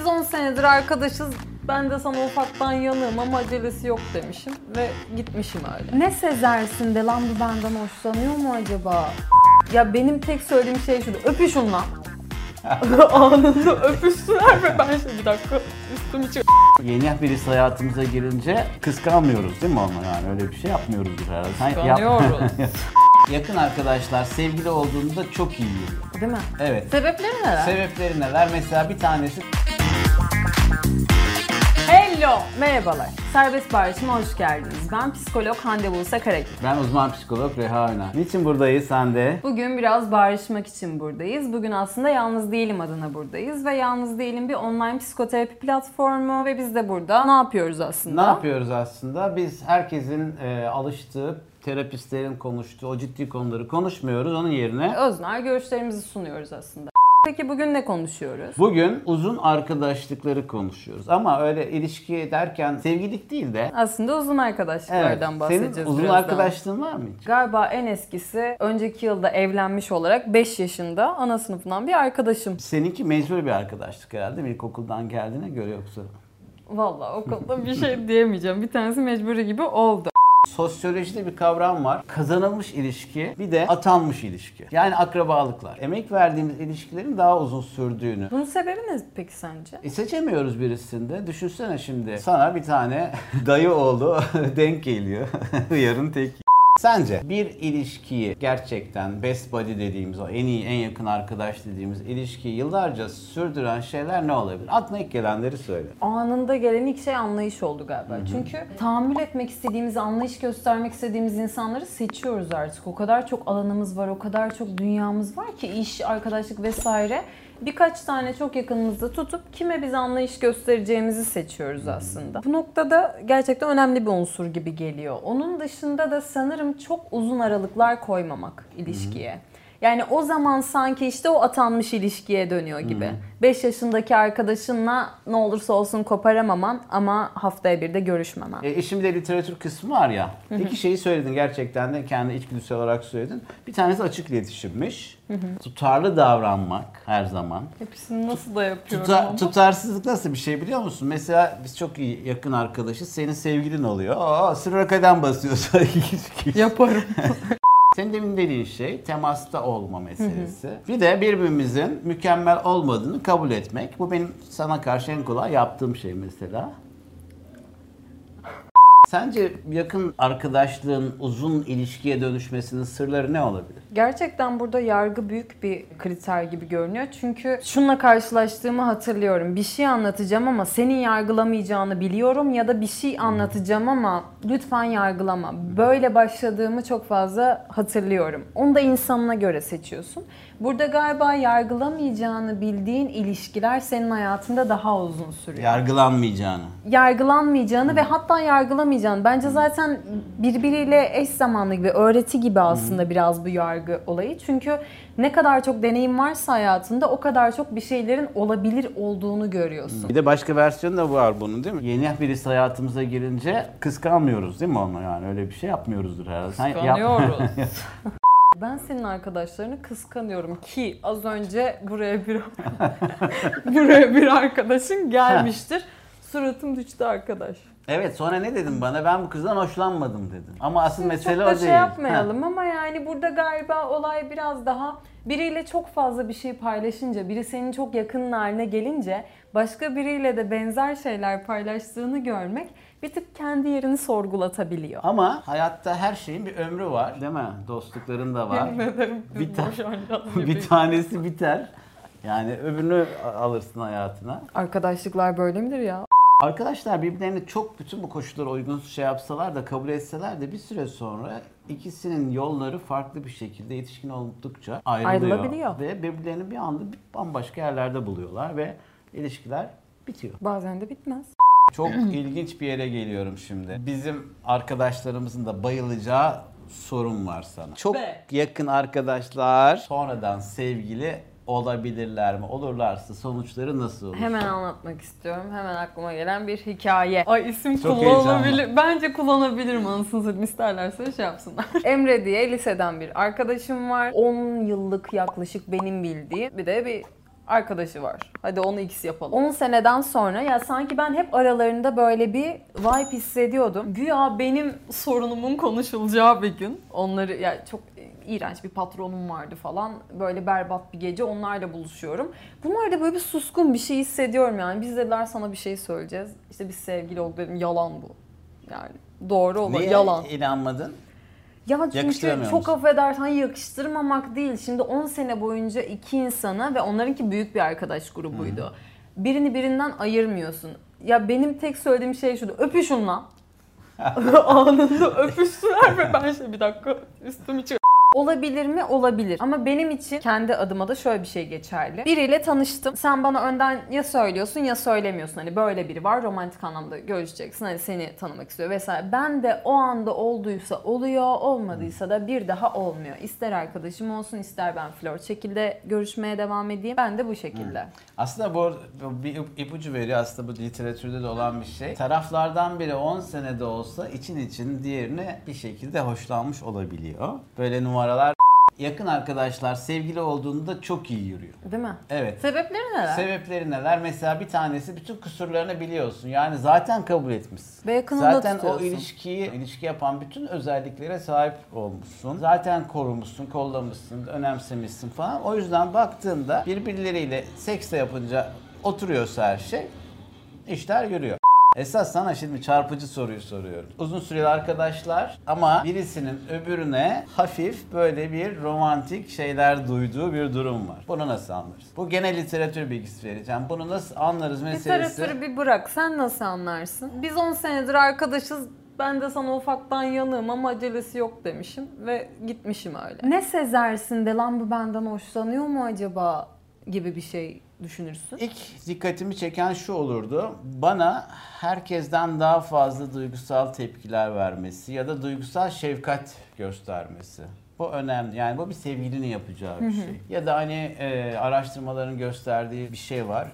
Biz 10 senedir arkadaşız. Ben de sana ufaktan yanığım ama acelesi yok demişim ve gitmişim öyle. Ne sezersin de lan bu benden hoşlanıyor mu acaba? Ya benim tek söylediğim şey şuydu. Öpüş onunla. Anında öpüştüler ve ben bir dakika üstümü çık... Yeni birisi hayatımıza girince kıskanmıyoruz değil mi onu, yani öyle bir şey yapmıyoruzdur herhalde. Kıskanıyoruz. Yakın arkadaşlar sevgili olduğunda çok iyi yürüyor. Değil mi? Evet. Sebepleri neler? Sebepleri neler? Mesela bir tanesi... Hello! Merhabalar. Serbest Barış'ıma hoş geldiniz. Ben psikolog Hande Buse Karagül. Ben uzman psikolog Reha Öner. Niçin buradayız sen de? Bugün biraz barışmak için buradayız. Bugün aslında Yalnız Değilim adına buradayız. Ve Yalnız Değilim bir online psikoterapi platformu ve biz de burada ne yapıyoruz aslında? Ne yapıyoruz aslında? Biz herkesin alıştığı, terapistlerin konuştuğu o ciddi konuları konuşmuyoruz. Onun yerine öznel görüşlerimizi sunuyoruz aslında. Peki bugün ne konuşuyoruz? Bugün uzun arkadaşlıkları konuşuyoruz. Ama öyle ilişki derken sevgililik değil de aslında uzun arkadaşlıklardan bahsedeceğiz. Senin uzun birazdan. arkadaşlığın var mı hiç? Galiba en eskisi önceki yılda evlenmiş olarak 5 yaşında ana sınıfından bir arkadaşım. Seninki mecbur bir arkadaşlık herhalde mi? İlkokuldan geldiğine göre yoksa? Vallahi o konuda bir şey diyemeyeceğim. Bir tanesi mecburi gibi oldu. Sosyolojide bir kavram var. Kazanılmış ilişki, bir de atanmış ilişki. Yani akrabalıklar. Emek verdiğimiz ilişkilerin daha uzun sürdüğünü. Bunun sebebi ne peki sence? Seçemiyoruz birisinde. Düşünsene şimdi. Sana bir tane dayı oğlu denk geliyor. Yarın tek. Sence bir ilişkiyi gerçekten best buddy dediğimiz, o en iyi, en yakın arkadaş dediğimiz ilişkiyi yıllarca sürdüren şeyler ne olabilir? Aklına ilk gelenleri söyle. Anında gelen ilk şey anlayış oldu galiba. Hı-hı. Çünkü tahammül etmek istediğimiz, anlayış göstermek istediğimiz insanları seçiyoruz artık. O kadar çok alanımız var, o kadar çok dünyamız var ki iş, arkadaşlık vesaire. Birkaç tane çok yakınımızda tutup kime biz anlayış göstereceğimizi seçiyoruz aslında. Bu noktada gerçekten önemli bir unsur gibi geliyor. Onun dışında da sanırım çok uzun aralıklar koymamak ilişkiye. Yani o zaman sanki işte o atanmış ilişkiye dönüyor gibi. 5 yaşındaki arkadaşınla ne olursa olsun koparamaman ama haftaya bir de görüşmemen. Şimdi de literatür kısmı var ya. İki şeyi söyledin gerçekten de kendi içgüdüsel olarak söyledin. Bir tanesi açık iletişimmiş. Tutarlı davranmak her zaman. Hepsini nasıl da yapıyorum ama. Tutarsızlık nasıl bir şey biliyor musun? Mesela biz çok iyi yakın arkadaşız. Senin sevgilin oluyor. Sıra kadem basıyorsa yaparım. Senin demin dediğin şey temasta olma meselesi. Bir de birbirimizin mükemmel olmadığını kabul etmek. Bu benim sana karşı en kolay yaptığım şey mesela. Sence yakın arkadaşlığın uzun ilişkiye dönüşmesinin sırları ne olabilir? Gerçekten burada yargı büyük bir kriter gibi görünüyor. Çünkü şununla karşılaştığımı hatırlıyorum. Bir şey anlatacağım ama senin yargılamayacağını biliyorum ya da bir şey anlatacağım ama lütfen yargılama. Böyle başladığımı çok fazla hatırlıyorum. Onu da insanına göre seçiyorsun. Burada galiba yargılamayacağını bildiğin ilişkiler senin hayatında daha uzun sürüyor. Yargılanmayacağını ve hatta yargılamayacağını. Bence zaten birbiriyle eş zamanlı gibi, öğreti gibi aslında biraz bu yargı olayı. Çünkü ne kadar çok deneyim varsa hayatında o kadar çok bir şeylerin olabilir olduğunu görüyorsun. Bir de başka versiyonu da var bunun değil mi? Yeni birisi hayatımıza girince kıskanmıyoruz değil mi onu, yani öyle bir şey yapmıyoruzdur herhalde. Kıskanıyoruz. Ben senin arkadaşlarını kıskanıyorum ki az önce buraya bir arkadaşın gelmiştir. Suratım düştü arkadaş. Evet, sonra ne dedin bana? Ben bu kızdan hoşlanmadım dedim. Ama asıl mesele o değil. Çok da şey yapmayalım ama yani burada galiba olay biraz daha biriyle çok fazla bir şey paylaşınca, biri senin çok yakının haline gelince başka biriyle de benzer şeyler paylaştığını görmek bir tık kendi yerini sorgulatabiliyor. Ama hayatta her şeyin bir ömrü var değil mi? Dostlukların da var. Bir tanesi biter. Yani öbürünü alırsın hayatına. Arkadaşlıklar böyle midir ya? Arkadaşlar birbirlerine çok bütün bu koşullara uygun şey yapsalar da kabul etseler de bir süre sonra ikisinin yolları farklı bir şekilde yetişkin oldukça ayrılabiliyor. Ve birbirlerini bir anda bambaşka yerlerde buluyorlar ve ilişkiler bitiyor. Bazen de bitmez. Çok ilginç bir yere geliyorum şimdi. Bizim arkadaşlarımızın da bayılacağı sorun var sana. Çok yakın arkadaşlar sonradan sevgili olabilirler mi? Olurlarsa sonuçları nasıl olur? Hemen anlatmak istiyorum. Hemen aklıma gelen bir hikaye. Ay isim çok kullanılabilir. Heyecanlı. Bence kullanabilirim anasını satayım. İsterlerse şey yapsınlar. Emre diye liseden bir arkadaşım var. 10 yıllık yaklaşık benim bildiğim. Bir de bir Arkadaşı var. Hadi onu X yapalım. 10 seneden sonra ya sanki ben hep aralarında böyle bir vibe hissediyordum. Güya benim sorunumun konuşulacağı bir gün. Onları ya çok iğrenç bir patronum vardı falan. Böyle berbat bir gece onlarla buluşuyorum. Bunlar da böyle bir suskun bir şey hissediyorum yani. Biz dediler sana bir şey söyleyeceğiz. İşte biz sevgili olduk dedim. Yalan bu. Yani doğru olur. Niye yalan. inanmadın? Ya çünkü Yakıştıramıyor çok musun? affedersen yakıştırmamak değil. Şimdi 10 sene boyunca iki insana ve onlarınki büyük bir arkadaş grubuydu. Birini birinden ayırmıyorsun. Ya benim tek söylediğim şey şuydu. Öpüşün lan. Anında öpüştüler ve ben bir dakika üstüm hiç... Olabilir mi? Olabilir. Ama benim için kendi adıma da şöyle bir şey geçerli. Biriyle tanıştım. Sen bana önden ya söylüyorsun ya söylemiyorsun. Hani böyle biri var, romantik anlamda görüşeceksin. Hani seni tanımak istiyor vesaire. Ben de o anda olduysa oluyor, olmadıysa da bir daha olmuyor. İster arkadaşım olsun, ister ben flört şekilde görüşmeye devam edeyim. Ben de bu şekilde. Aslında bu bir ipucu veriyor. Aslında bu literatürde de olan bir şey. Taraflardan biri 10 senede olsa için diğerine bir şekilde hoşlanmış olabiliyor. Böyle numaralar. Yakın arkadaşlar sevgili olduğunda çok iyi yürüyor. Değil mi? Evet. Sebepleri neler? Sebepleri neler? Mesela bir tanesi bütün kusurlarını biliyorsun. Yani zaten kabul etmişsin. Ve yakınında zaten tutuyorsun. o ilişki yapan bütün özelliklere sahip olmuşsun. Zaten korumuşsun, kollamışsın, önemsemişsin falan. O yüzden baktığında birbirleriyle seks de yapınca oturuyorsa her şey, işler yürüyor. Esas sana şimdi çarpıcı soruyu soruyorum. Uzun süreli arkadaşlar ama birisinin öbürüne hafif böyle bir romantik şeyler duyduğu bir durum var. Bunu nasıl anlarız? Bu genel literatür bilgisi vereceğim. Bunu nasıl anlarız meselesi? Literatürü bir bırak. Sen nasıl anlarsın? Biz 10 senedir arkadaşız. Ben de sana ufaktan yanığım ama acelesi yok demişim ve gitmişim öyle. Ne sezersin de lan bu benden hoşlanıyor mu acaba gibi bir şey düşünürsün. İlk dikkatimi çeken şu olurdu. Bana herkesten daha fazla duygusal tepkiler vermesi ya da duygusal şefkat göstermesi. Bu önemli. Yani bu bir sevgilinin yapacağı bir şey. Ya da hani araştırmaların gösterdiği bir şey var.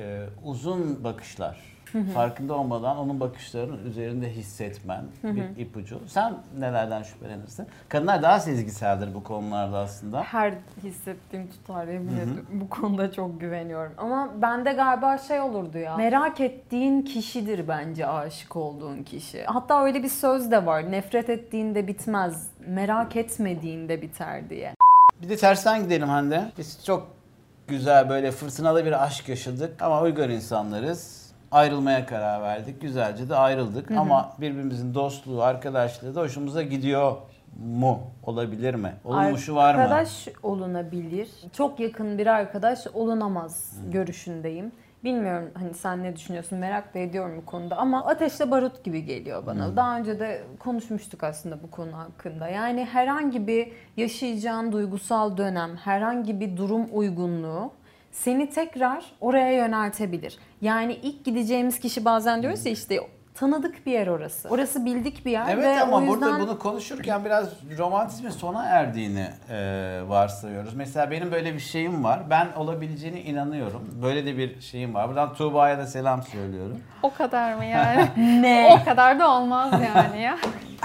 Uzun bakışlar. Farkında olmadan onun bakışlarının üzerinde hissetmen bir ipucu. Sen nelerden şüphelenirsin? Kadınlar daha sezgiseldir bu konularda aslında. Her hissettiğim tutar yemin ediyorum. Bu konuda çok güveniyorum. Ama bende galiba şey olurdu ya. Merak ettiğin kişidir bence aşık olduğun kişi. Hatta öyle bir söz de var. Nefret ettiğinde bitmez, merak etmediğinde biter diye. Bir de tersten gidelim Hande. Biz çok güzel böyle fırtınalı bir aşk yaşadık ama uygar insanlarız. Ayrılmaya karar verdik. Güzelce de ayrıldık. Ama birbirimizin dostluğu, arkadaşlığı da hoşumuza gidiyor mu? Olabilir mi? Olmuşu var mı? Arkadaş olunabilir. Çok yakın bir arkadaş olunamaz görüşündeyim. Bilmiyorum hani sen ne düşünüyorsun, merak da ediyorum bu konuda ama ateşle barut gibi geliyor bana. Daha önce de konuşmuştuk aslında bu konu hakkında. Yani herhangi bir yaşayacağın duygusal dönem, herhangi bir durum uygunluğu seni tekrar oraya yöneltebilir. Yani ilk gideceğimiz kişi bazen diyoruz ya işte tanıdık bir yer orası. Orası bildik bir yer. Evet ve ama o yüzden... burada bunu konuşurken biraz romantizmin sona erdiğini varsayıyoruz. Mesela benim böyle bir şeyim var. Ben olabileceğine inanıyorum. Böyle de bir şeyim var. Buradan Tuğba'ya da selam söylüyorum. O kadar mı yani? Ne? O kadar da olmaz yani ya.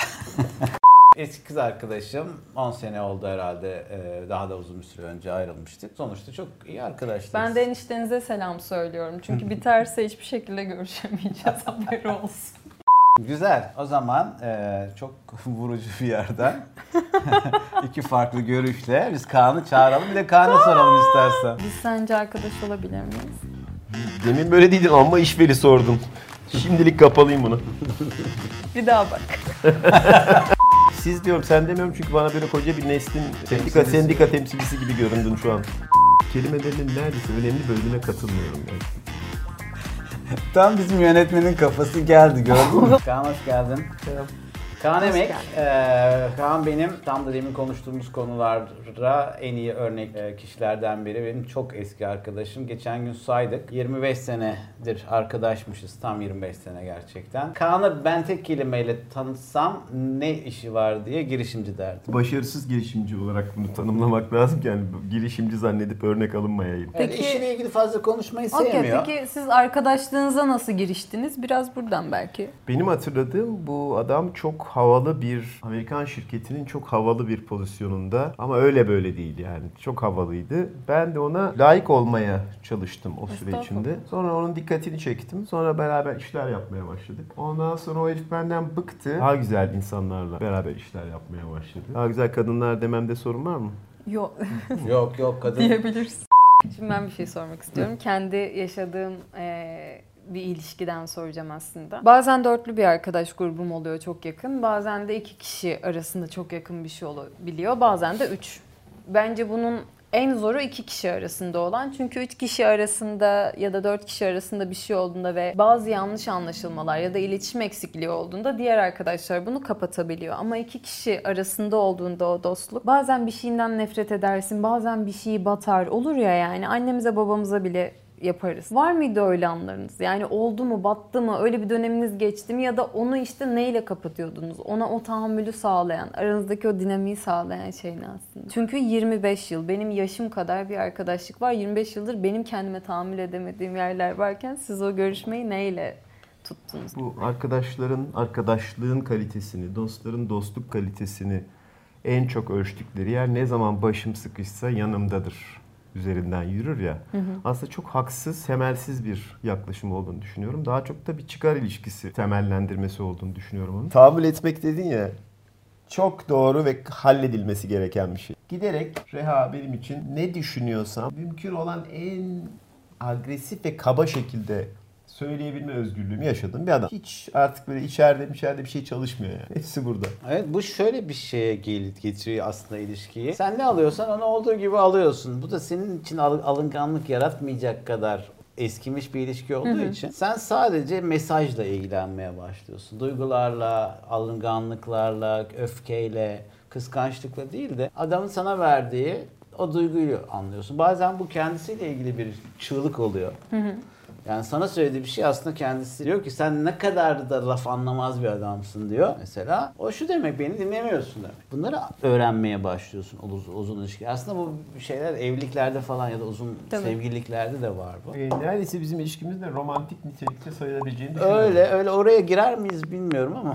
Eski kız arkadaşım 10 sene oldu herhalde. Daha da uzun bir süre önce ayrılmıştık. Sonuçta çok iyi arkadaşlarız. Ben de eniştenize selam söylüyorum. Çünkü biterse hiçbir şekilde görüşemeyeceğiz, haberi olsun. Güzel. O zaman çok vurucu bir yerden iki farklı görüşle biz Kaan'ı çağıralım. Bir de Kaan'a soralım istersen. Biz sence arkadaş olabilir miyiz? Demin böyle değildin ama işveli sordum. Şimdilik kapalıyım bunu. Bir daha bak. Siz diyorum, sen demiyorum çünkü bana böyle koca bir neslin sendika temsilcisi gibi göründün şu an. Kelimelerinin neredeyse önemli bölümüne katılmıyorum yani. Tam bizim yönetmenin kafası geldi, gördün mü? Kaan hoş geldin. Kaan Emek, Kaan benim tam da demin konuştuğumuz konulara en iyi örnek kişilerden biri. Benim çok eski arkadaşım. Geçen gün saydık. 25 senedir arkadaşmışız. Tam 25 sene gerçekten. Kaan'ı ben tek kelimeyle tanıtsam ne işi var diye girişimci derdim. Başarısız girişimci olarak bunu tanımlamak lazım ki yani girişimci zannedip örnek alınmayayım. Evet, Peki- işiyle ilgili fazla konuşmayı Okey, sevmiyor. peki siz arkadaşlığınıza nasıl giriştiniz? Biraz buradan belki. Benim hatırladığım bu adam çok havalı bir Amerikan şirketinin çok havalı bir pozisyonunda ama öyle böyle değil yani. Çok havalıydı. Ben de ona layık olmaya çalıştım o süre içinde. Sonra onun dikkatini çektim. Sonra beraber işler yapmaya başladık. Ondan sonra o herif benden bıktı. Daha güzel insanlarla beraber işler yapmaya başladı. Daha güzel kadınlar dememde sorun var mı? Yok Yok kadın. diyebilirsin. Şimdi ben bir şey sormak istiyorum. Kendi yaşadığım bir ilişkiden soracağım aslında. Bazen dörtlü bir arkadaş grubum oluyor çok yakın. Bazen de 2 kişi arasında çok yakın bir şey olabiliyor. Bazen de 3. Bence bunun en zoru 2 kişi arasında olan. Çünkü 3 kişi arasında ya da 4 kişi arasında bir şey olduğunda ve bazı yanlış anlaşılmalar ya da iletişim eksikliği olduğunda diğer arkadaşlar bunu kapatabiliyor. Ama 2 kişi arasında olduğunda o dostluk bazen bir şeyinden nefret edersin, bazen bir şeyi batar. Olur ya yani annemize babamıza bile yaparız. Var mıydı öyle anlarınız? Yani oldu mu, battı mı, öyle bir döneminiz geçti mi ya da onu işte neyle kapatıyordunuz? Ona o tahammülü sağlayan, aranızdaki o dinamiği sağlayan şey ne aslında? Çünkü 25 yıl, benim yaşım kadar bir arkadaşlık var. 25 yıldır benim kendime tahammül edemediğim yerler varken siz o görüşmeyi neyle tuttunuz? Bu arkadaşların arkadaşlığın kalitesini, dostların dostluk kalitesini en çok ölçtükleri yer ne zaman başım sıkışsa yanımdadır üzerinden yürür ya. Aslında çok haksız, temelsiz bir yaklaşım olduğunu düşünüyorum. Daha çok da bir çıkar ilişkisi temellendirmesi olduğunu düşünüyorum onun. Tahammül etmek dedin ya, çok doğru ve halledilmesi gereken bir şey. Giderek Reha benim için ne düşünüyorsam mümkün olan en agresif ve kaba şekilde söyleyebilme özgürlüğümü yaşadığım bir adam. Hiç artık böyle içeride bir şey çalışmıyor yani. Hepsi burada. Evet, bu şöyle bir şeye getiriyor aslında ilişkiyi. Sen ne alıyorsan onu olduğu gibi alıyorsun. Bu da senin için alınganlık yaratmayacak kadar eskimiş bir ilişki olduğu için sen sadece mesajla ilgilenmeye başlıyorsun. Duygularla, alınganlıklarla, öfkeyle, kıskançlıkla değil de adamın sana verdiği o duyguyu anlıyorsun. Bazen bu kendisiyle ilgili bir çığlık oluyor. Yani sana söylediği bir şey aslında kendisi diyor ki sen ne kadar da laf anlamaz bir adamsın diyor mesela. O şu demek, beni dinlemiyorsun demek. Bunları öğrenmeye başlıyorsun uzun ilişki. Aslında bu şeyler evliliklerde falan ya da uzun sevgililiklerde de var bu. Neredeyse bizim ilişkimiz de romantik nitelikte sayılabileceğini düşünüyorum. Öyle oraya girer miyiz bilmiyorum ama.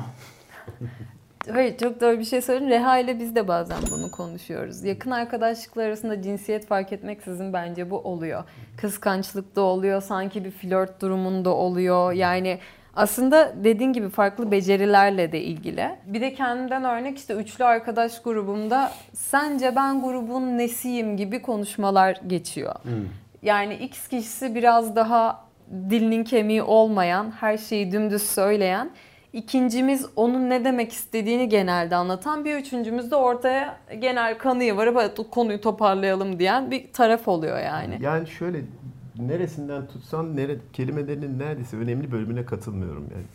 Hayır, çok doğru bir şey söyledin. Reha ile biz de bazen bunu konuşuyoruz. Yakın arkadaşlıklar arasında cinsiyet fark etmeksizin bence bu oluyor. Kıskançlık da oluyor, sanki bir flört durumunda oluyor. Yani aslında dediğin gibi farklı becerilerle de ilgili. Bir de kendimden örnek işte üçlü arkadaş grubumda sence ben grubun nesiyim gibi konuşmalar geçiyor. Yani X kişisi biraz daha dilinin kemiği olmayan, her şeyi dümdüz söyleyen. İkincimiz onun ne demek istediğini genelde anlatan, bir üçüncümüz de ortaya genel kanıyı varıp konuyu toparlayalım diyen bir taraf oluyor yani. Yani şöyle neresinden tutsan kelimelerinin neredeyse önemli bölümüne katılmıyorum yani.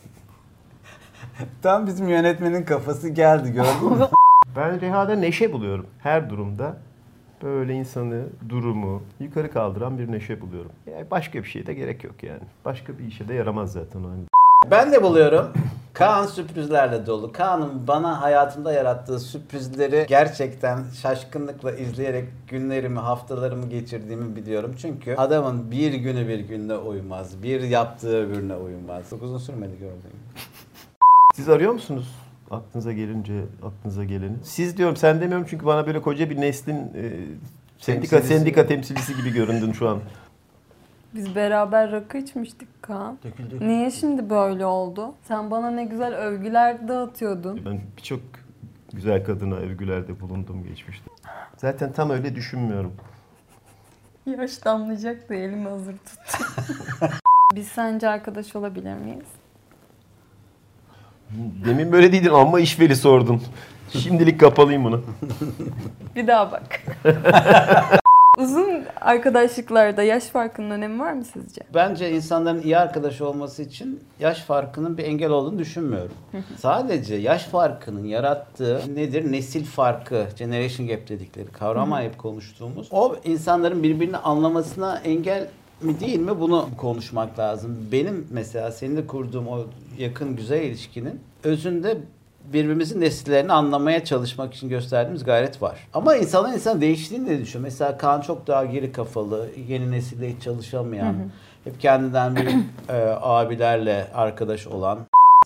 Tam bizim yönetmenin kafası geldi, gördün mü? Ben Reha'da neşe buluyorum her durumda. Böyle insanı, durumu yukarı kaldıran bir neşe buluyorum. Yani başka bir şeye de gerek yok yani. Başka bir işe de yaramaz zaten o. Ben de buluyorum. Kaan sürprizlerle dolu. Kaan'ın bana hayatımda yarattığı sürprizleri gerçekten şaşkınlıkla izleyerek günlerimi, haftalarımı geçirdiğimi biliyorum. Çünkü adamın bir günü bir günde uymaz. Bir yaptığı öbürüne uymaz. Çok uzun sürmedi gördüğüm gibi. Siz arıyor musunuz? Aklınıza geleni. Siz diyorum, sen demiyorum çünkü bana böyle koca bir neslin sendika temsilcisi gibi göründün şu an. Biz beraber rakı içmiştik Kaan. Döküldü. Niye şimdi böyle oldu? Sen bana ne güzel övgüler dağıtıyordun. Ben birçok güzel kadına övgülerde bulundum geçmişte. Zaten tam öyle düşünmüyorum. Yaş damlayacak da elimi hazır tut. Biz sence arkadaş olabilir miyiz? Demin böyle değildin ama işveli sordun. Şimdilik kapalıyım bunu. Bir daha bak. Uzun arkadaşlıklarda yaş farkının önemi var mı sizce? Bence insanların iyi arkadaş olması için yaş farkının bir engel olduğunu düşünmüyorum. Sadece yaş farkının yarattığı nedir? Nesil farkı, generation gap dedikleri kavramla hep konuştuğumuz. O insanların birbirini anlamasına engel mi değil mi, bunu konuşmak lazım. Benim mesela seninle kurduğum o yakın güzel ilişkinin özünde birbirimizin nesillerini anlamaya çalışmak için gösterdiğimiz gayret var. Ama insan değiştiğini de düşün. Mesela Kaan çok daha geri kafalı, yeni nesille hiç çalışamayan, hep kendinden büyük abilerle arkadaş olan.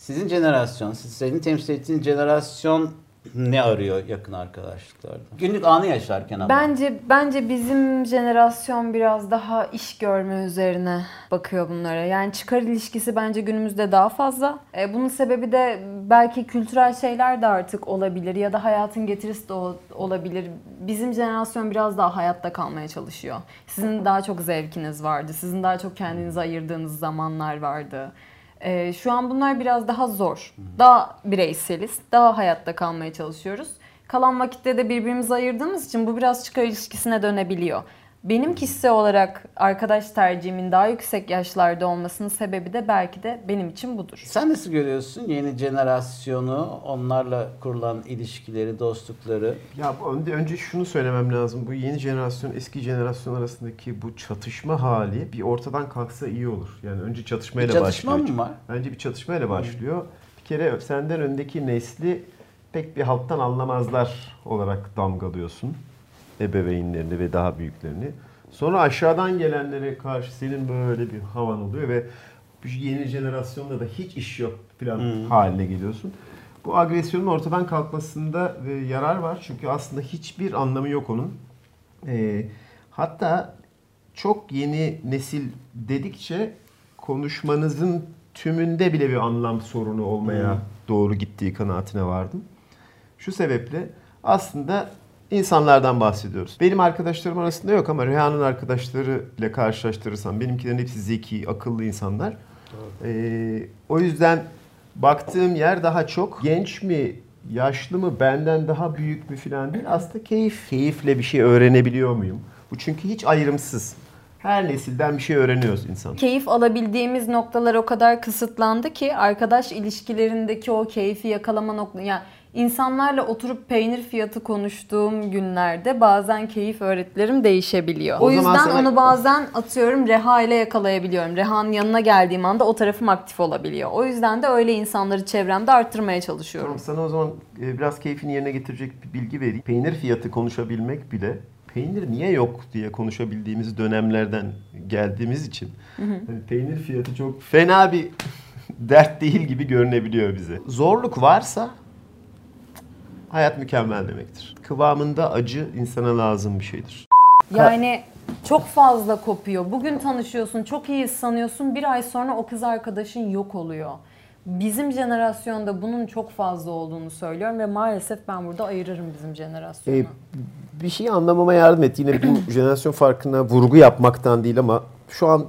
Sizin jenerasyon, senin temsil ettiğin jenerasyon ne arıyor yakın arkadaşlıklarda? Günlük anı yaşarken ama. Bence bizim jenerasyon biraz daha iş görme üzerine bakıyor bunlara. Yani çıkar ilişkisi bence günümüzde daha fazla. Bunun sebebi de belki kültürel şeyler de artık olabilir ya da hayatın getirisi de olabilir. Bizim jenerasyon biraz daha hayatta kalmaya çalışıyor. Sizin daha çok zevkiniz vardı. Sizin daha çok kendinize ayırdığınız zamanlar vardı. Şu an bunlar biraz daha zor. Daha bireyseliz. Daha hayatta kalmaya çalışıyoruz. Kalan vakitte de birbirimize ayırdığımız için bu biraz çıkar ilişkisine dönebiliyor. Benim kişisel olarak arkadaş tercihimin daha yüksek yaşlarda olmasının sebebi de belki de benim için budur. Sen nasıl görüyorsun yeni jenerasyonu, onlarla kurulan ilişkileri, dostlukları? Ya önce şunu söylemem lazım. Bu yeni jenerasyon, eski jenerasyon arasındaki bu çatışma hali bir ortadan kalksa iyi olur. Yani önce çatışmayla Çatışma başlıyor. mı var? Bence bir çatışmayla başlıyor. Bir kere senden öndeki nesli pek bir halktan anlamazlar olarak damgalıyorsun. Ebeveynlerini ve daha büyüklerini. Sonra aşağıdan gelenlere karşı senin böyle bir havan oluyor ve bu yeni jenerasyonda da hiç iş yok falan haline geliyorsun. Bu agresyonun ortadan kalkmasında yarar var. Çünkü aslında hiçbir anlamı yok onun. Hatta çok yeni nesil dedikçe konuşmanızın tümünde bile bir anlam sorunu olmaya doğru gittiği kanaatine vardım. Şu sebeple aslında insanlardan bahsediyoruz. Benim arkadaşlarım arasında yok ama Reha'nın arkadaşlarıyla karşılaştırırsam benimkilerin hepsi zeki, akıllı insanlar. O yüzden baktığım yer daha çok genç mi, yaşlı mı, benden daha büyük mü falan değil. Aslında keyifle bir şey öğrenebiliyor muyum? Bu çünkü hiç ayrımsız. Her nesilden bir şey öğreniyoruz insan. Keyif alabildiğimiz noktalar o kadar kısıtlandı ki arkadaş ilişkilerindeki o keyfi yakalama noktası... Yani İnsanlarla oturup peynir fiyatı konuştuğum günlerde bazen keyif öğretilerim değişebiliyor. O yüzden onu bazen atıyorum Reha ile yakalayabiliyorum. Reha'nın yanına geldiğim anda o tarafım aktif olabiliyor. O yüzden de öyle insanları çevremde arttırmaya çalışıyorum. Tamam, sana o zaman biraz keyfini yerine getirecek bir bilgi vereyim. Peynir fiyatı konuşabilmek bile peynir niye yok diye konuşabildiğimiz dönemlerden geldiğimiz için hani peynir fiyatı çok fena bir dert değil gibi görünebiliyor bize. Zorluk varsa hayat mükemmel demektir. Kıvamında acı insana lazım bir şeydir. Yani çok fazla kopuyor. Bugün tanışıyorsun, çok iyi sanıyorsun. Bir ay sonra o kız arkadaşın yok oluyor. Bizim jenerasyonda bunun çok fazla olduğunu söylüyorum ve maalesef ben burada ayırırım bizim jenerasyonu. Bir şeyi anlamama yardım et. Yine bu jenerasyon farkına vurgu yapmaktan değil ama şu an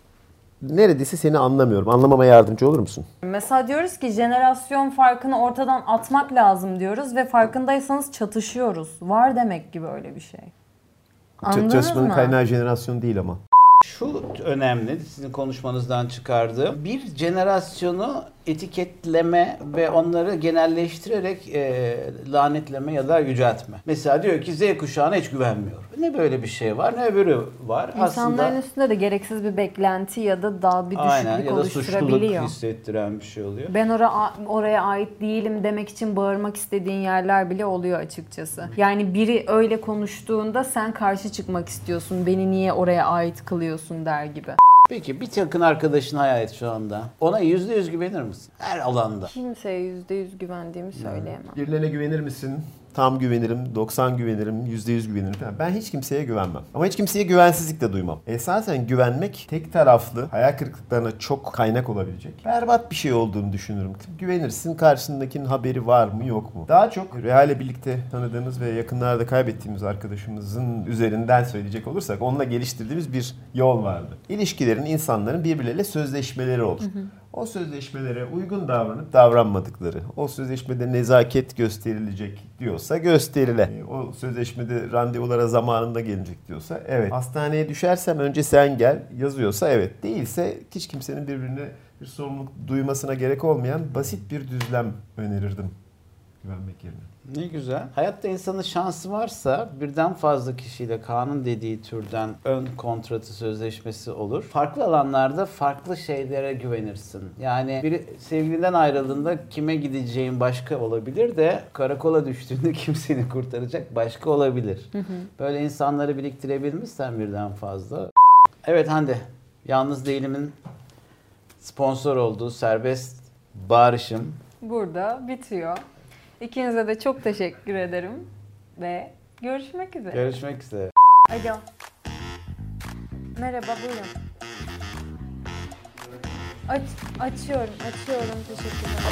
neredeyse seni anlamıyorum. Anlamama yardımcı olur musun? Mesela diyoruz ki jenerasyon farkını ortadan atmak lazım diyoruz ve farkındaysanız çatışıyoruz. Var demek ki böyle bir şey. Anladınız Çatışmanın mı? kaynağı jenerasyon değil ama. Şu önemli, sizin konuşmanızdan çıkardığım, bir jenerasyonu etiketleme ve onları genelleştirerek lanetleme ya da yüceltme. Mesela diyor ki Z kuşağına hiç güvenmiyor. Ne böyle bir şey var, ne öbürü var. İnsanların üstünde de gereksiz bir beklenti ya da daha bir düşüklük ya da suçluluk oluşturabiliyor. hissettiren bir şey oluyor. Ben oraya ait değilim demek için bağırmak istediğin yerler bile oluyor açıkçası. Yani biri öyle konuştuğunda sen karşı çıkmak istiyorsun. Beni niye oraya ait kılıyorsun der gibi. Peki bir yakın arkadaşın hayal et şu anda. Ona %100 güvenir misin? Her alanda. Kimseye %100 güvendiğimi söyleyemem. Birilerine güvenir misin? Tam güvenirim, 90 güvenirim, %100 güvenirim falan. Ben hiç kimseye güvenmem. Ama hiç kimseye güvensizlik de duymam. Esasen güvenmek tek taraflı, hayal kırıklıklarına çok kaynak olabilecek berbat bir şey olduğunu düşünürüm. Güvenirsin, karşındakinin haberi var mı yok mu? Daha çok Reha ile birlikte tanıdığımız ve yakınlarda kaybettiğimiz arkadaşımızın üzerinden söyleyecek olursak onunla geliştirdiğimiz bir yol vardı. İlişkilerin, insanların birbirleriyle sözleşmeleri olur. O sözleşmelere uygun davranıp davranmadıkları, o sözleşmede nezaket gösterilecek diyorsa gösterile, o sözleşmede randevulara zamanında gelecek diyorsa evet. Hastaneye düşersem önce sen gel yazıyorsa evet. Değilse hiç kimsenin birbirine bir sorumluluk duymasına gerek olmayan basit bir düzlem önerirdim güvenmek yerine. Ne güzel. Hayatta insanın şansı varsa birden fazla kişiyle kanun dediği türden ön kontratı sözleşmesi olur. Farklı alanlarda farklı şeylere güvenirsin. Yani biri sevgilinden ayrıldığında kime gideceğin başka olabilir de karakola düştüğünde kim seni kurtaracak başka olabilir. Böyle insanları biriktirebilmişsen birden fazla. Evet Hande, Yalnız Değilim'in sponsor olduğu Serbest bağırışım burada bitiyor. İkinize de çok teşekkür ederim ve görüşmek üzere. görüşmek üzere. Alo. Merhaba, buyurun. Açıyorum. Teşekkürler.